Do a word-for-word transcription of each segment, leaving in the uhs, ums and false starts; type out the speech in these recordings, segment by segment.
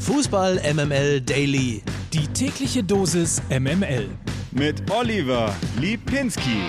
Fußball M M L Daily. Die tägliche Dosis M M L. Mit Oliver Lipinski.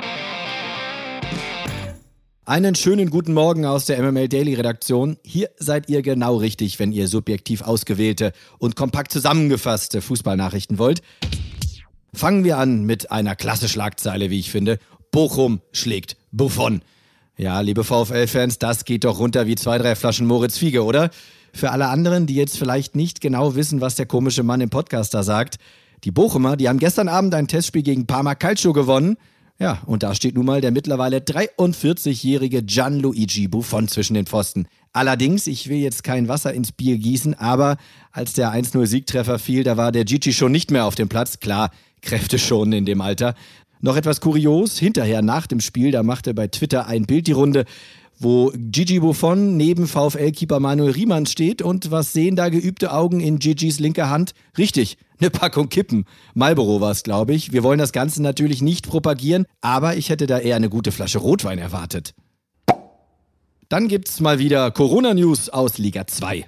Einen schönen guten Morgen aus der M M L Daily Redaktion. Hier seid ihr genau richtig, wenn ihr subjektiv ausgewählte und kompakt zusammengefasste Fußballnachrichten wollt. Fangen wir an mit einer klasse Schlagzeile, wie ich finde. Bochum schlägt Buffon. Ja, liebe VfL-Fans, das geht doch runter wie zwei, drei Flaschen Moritz Fiege, oder? Für alle anderen, die jetzt vielleicht nicht genau wissen, was der komische Mann im Podcast da sagt. Die Bochumer, die haben gestern Abend ein Testspiel gegen Parma Calcio gewonnen. Ja, und da steht nun mal der mittlerweile dreiundvierzigjährige Gianluigi Buffon zwischen den Pfosten. Allerdings, ich will jetzt kein Wasser ins Bier gießen, aber als der eins null Siegtreffer fiel, da war der Gigi schon nicht mehr auf dem Platz. Klar, Kräfte schon in dem Alter. Noch etwas kurios, hinterher nach dem Spiel, da machte bei Twitter ein Bild die Runde, wo Gigi Buffon neben VfL-Keeper Manuel Riemann steht und was sehen da geübte Augen in Gigis linker Hand? Richtig, eine Packung Kippen. Marlboro war es, glaube ich. Wir wollen das Ganze natürlich nicht propagieren, aber ich hätte da eher eine gute Flasche Rotwein erwartet. Dann gibt's mal wieder Corona-News aus Liga zwei.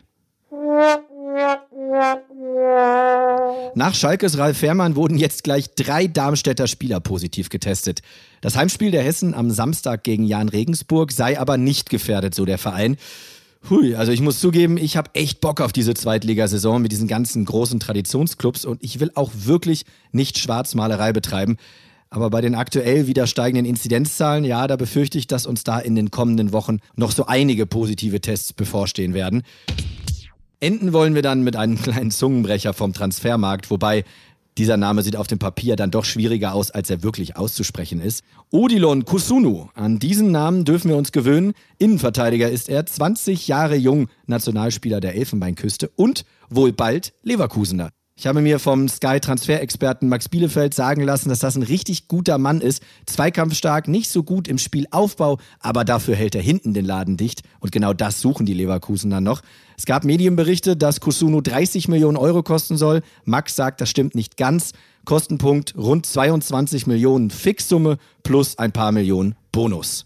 Nach Schalkes Ralf Fährmann wurden jetzt gleich drei Darmstädter Spieler positiv getestet. Das Heimspiel der Hessen am Samstag gegen Jahn Regensburg sei aber nicht gefährdet, so der Verein. Hui, also ich muss zugeben, ich habe echt Bock auf diese Zweitligasaison mit diesen ganzen großen Traditionsclubs und ich will auch wirklich nicht Schwarzmalerei betreiben. Aber bei den aktuell wieder steigenden Inzidenzzahlen, ja, da befürchte ich, dass uns da in den kommenden Wochen noch so einige positive Tests bevorstehen werden. Enden wollen wir dann mit einem kleinen Zungenbrecher vom Transfermarkt, wobei dieser Name sieht auf dem Papier dann doch schwieriger aus, als er wirklich auszusprechen ist. Odilon Kusunu, an diesen Namen dürfen wir uns gewöhnen. Innenverteidiger ist er, zwanzig Jahre jung, Nationalspieler der Elfenbeinküste und wohl bald Leverkusener. Ich habe mir vom Sky-Transferexperten Max Bielefeld sagen lassen, dass das ein richtig guter Mann ist. Zweikampfstark, nicht so gut im Spielaufbau, aber dafür hält er hinten den Laden dicht. Und genau das suchen die Leverkusener noch. Es gab Medienberichte, dass Kusunu dreißig Millionen Euro kosten soll. Max sagt, das stimmt nicht ganz. Kostenpunkt rund zweiundzwanzig Millionen Fixsumme plus ein paar Millionen Bonus.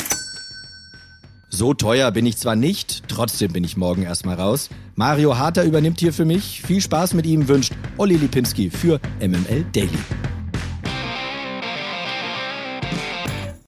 So teuer bin ich zwar nicht, trotzdem bin ich morgen erstmal raus. Mario Harter übernimmt hier für mich. Viel Spaß mit ihm wünscht Olli Lipinski für M M L Daily.